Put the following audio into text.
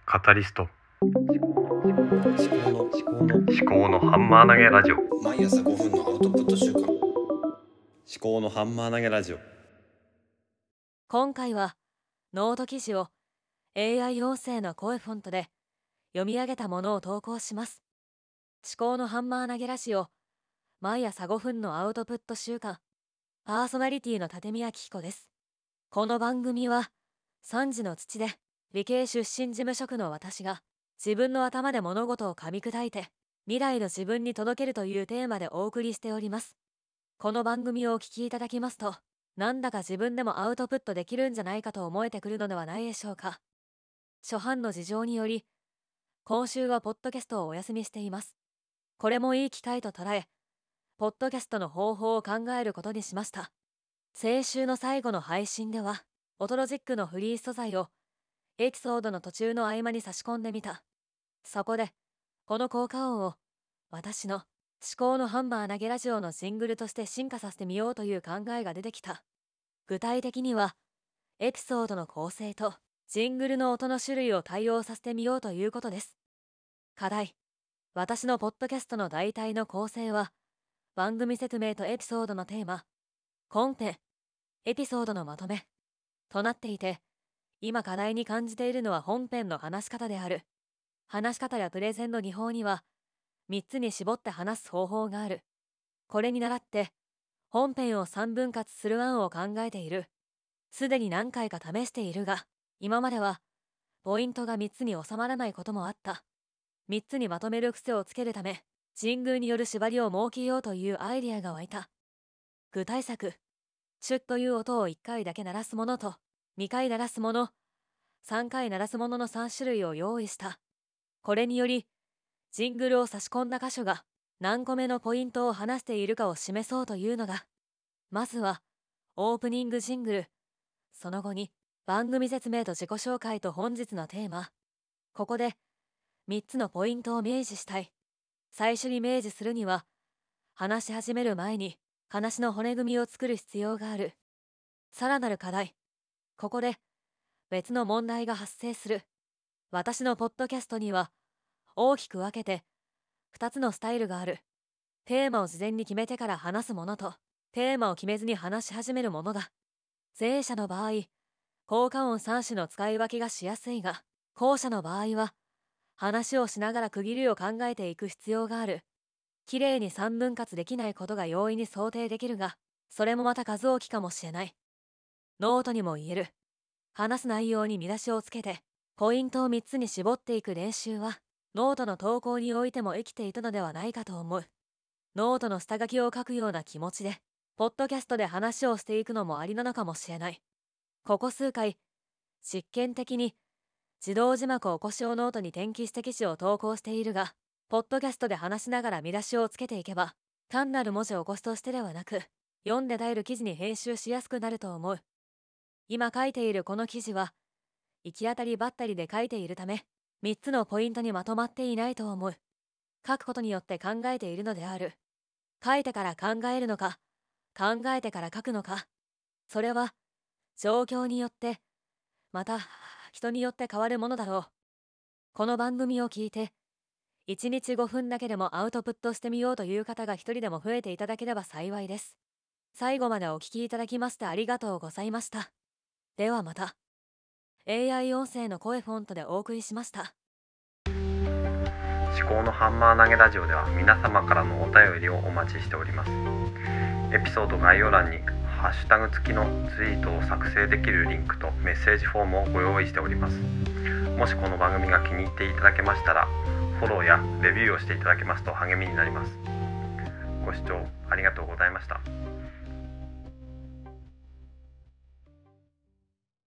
カタリスト思考のハンマー投げラジオ。 毎朝5分のアウトプット週間。思考のハンマー投げラジオ。 今回はノート記事を AI 音声の声フォントで読み上げたものを投稿します。思考のハンマー投げラジオ、毎朝5分のアウトプット週間。パーソナリティの立宮紀子です。この番組は3児の父で理系出身事務職の私が自分の頭で物事を噛み砕いて未来の自分に届けるというテーマでお送りしております。この番組をお聞きいただきますと、なんだか自分でもアウトプットできるんじゃないかと思えてくるのではないでしょうか。初版の事情により今週はポッドキャストをお休みしています。これもいい機会と捉え、ポッドキャストの方法を考えることにしました。先週の最後の配信ではオトロジックのフリー素材をエピソードの途中の合間に差し込んでみた。そこでこの効果音を私の思考のハンマー投げラジオのジングルとして進化させてみようという考えが出てきた。具体的にはエピソードの構成とジングルの音の種類を対応させてみようということです。課題。私のポッドキャストの大体の構成は番組説明とエピソードのテーマ、本編、エピソードのまとめとなっていて、今課題に感じているのは本編の話し方である。話し方やプレゼンの技法には3つに絞って話す方法がある。これに倣って本編を3分割する案を考えている。すでに何回か試しているが、今まではポイントが3つに収まらないこともあった。3つにまとめる癖をつけるため、ジングルによる縛りを設けようというアイデアが湧いた。具体策。シュッという音を1回だけ鳴らすものと2回鳴らすもの、3回鳴らすものの3種類を用意した。これによりジングルを差し込んだ箇所が何個目のポイントを話しているかを示そうというのだ。まずはオープニングジングル、その後に番組説明と自己紹介と本日のテーマ。ここで3つのポイントを明示したい。最初に明示するには話し始める前に話の骨組みを作る必要がある。さらなる課題。ここで別の問題が発生する。私のポッドキャストには大きく分けて2つのスタイルがある。テーマを事前に決めてから話すものと、テーマを決めずに話し始めるものだ。前者の場合、効果音3種の使い分けがしやすいが、後者の場合は話をしながら区切りを考えていく必要がある。きれいに3分割できないことが容易に想定できるが、それもまた数多きかもしれない。ノートにも言える。話す内容に見出しをつけてポイントを3つに絞っていく練習はノートの投稿においても生きていたのではないかと思う。ノートの下書きを書くような気持ちでポッドキャストで話をしていくのもありなのかもしれない。ここ数回実験的に自動字幕を起こしをノートに転記して記事を投稿しているが、ポッドキャストで話しながら見出しをつけていけば単なる文字を起こすとしてではなく、読んで耐える記事に編集しやすくなると思う。今書いているこの記事は行き当たりばったりで書いているため3つのポイントにまとまっていないと思う。書くことによって考えているのである。書いてから考えるのか、考えてから書くのか、それは状況によってまた人によって変わるものだろう。この番組を聞いて1日5分だけでもアウトプットしてみようという方が一人でも増えていただければ幸いです。最後までお聞きいただきましてありがとうございました。ではまた。AI 音声の声フォントでお送りしました。 思考のハンマー投げラジオでは皆様からのお便りをお待ちしております。エピソード概要欄にハッシュタグ付きのツイートを作成できるリンクとメッセージフォームをご用意しております。もしこの番組が気に入っていただけましたらフォローやレビューをしていただけますと励みになります。ご視聴ありがとうございました。